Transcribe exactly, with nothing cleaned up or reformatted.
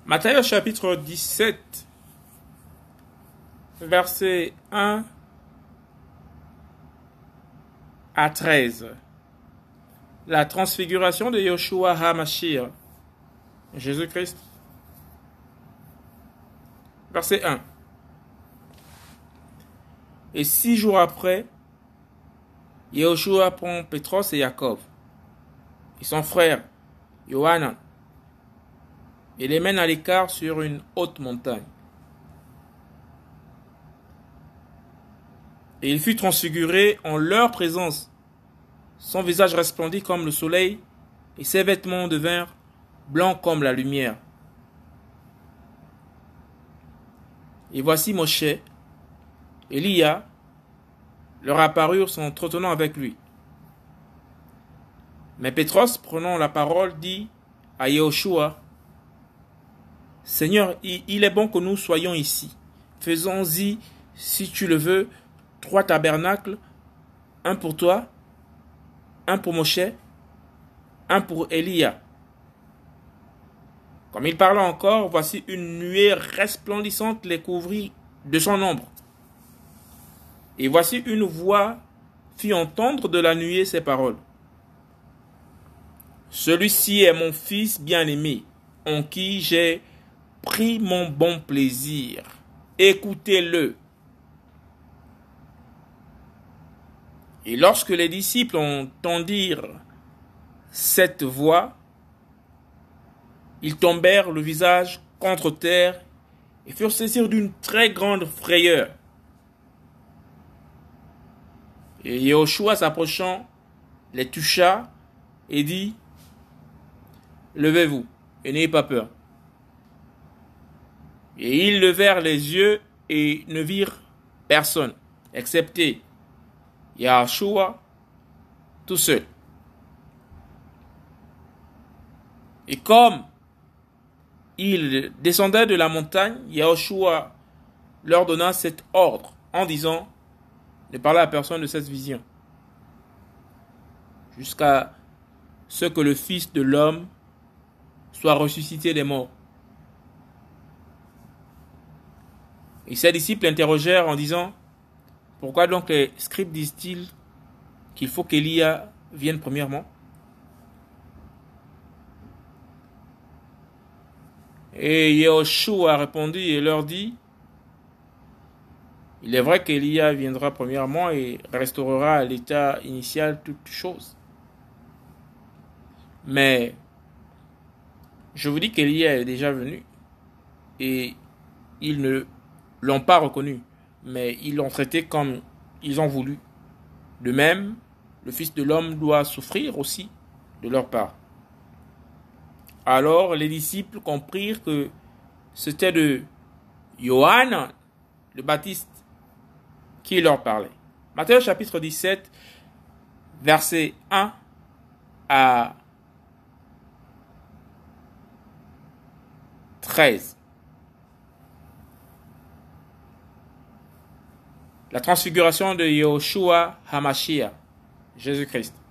Matthieu chapitre dix-sept, versets un à treize. La transfiguration de Yoshua HaMashiach, Jésus-Christ. Verset un. Et six jours après, Yoshua prend Pétros et Jacob et son frère Yohanan et les mène à l'écart sur une haute montagne. Et il fut transfiguré en leur présence. Son visage resplendit comme le soleil, et ses vêtements devinrent blancs comme la lumière. Et voici Moshe, Élia, leur apparurent s'entretenant avec lui. Mais Pétros, prenant la parole, dit à Yehoshua, « Seigneur, il est bon que nous soyons ici. Faisons-y, si tu le veux, trois tabernacles, un pour toi, un pour Moshe, un pour Élia. » Comme il parlait encore, voici une nuée resplendissante les couvrit de son ombre. Et voici une voix fit entendre de la nuée ces paroles. « Celui-ci est mon fils bien-aimé, en qui j'ai pris mon bon plaisir. Écoutez-le. » Et lorsque les disciples entendirent cette voix, ils tombèrent le visage contre terre et furent saisis d'une très grande frayeur. Et Yehoshua s'approchant, les toucha et dit, « Levez-vous et n'ayez pas peur. » Et ils levèrent les yeux et ne virent personne, excepté Yahushua tout seul. Et comme ils descendaient de la montagne, Yahushua leur donna cet ordre en disant, ne parlez à personne de cette vision, jusqu'à ce que le Fils de l'homme soit ressuscité des morts. Et ses disciples interrogèrent en disant, pourquoi donc les scribes disent-ils qu'il faut qu'Élia vienne premièrement? Et Yehoshua a répondu et leur dit, il est vrai qu'Élia viendra premièrement et restaurera à l'état initial toutes choses. Mais je vous dis qu'Élia est déjà venu et ils ne l'ont pas reconnu, mais ils l'ont traité comme ils ont voulu. De même, le Fils de l'homme doit souffrir aussi de leur part. Alors les disciples comprirent que c'était de Yohanan, le Baptiste, qui leur parlait. Matthieu chapitre dix-sept, versets un à treize. La transfiguration de Yoshua HaMashiach, Jésus-Christ.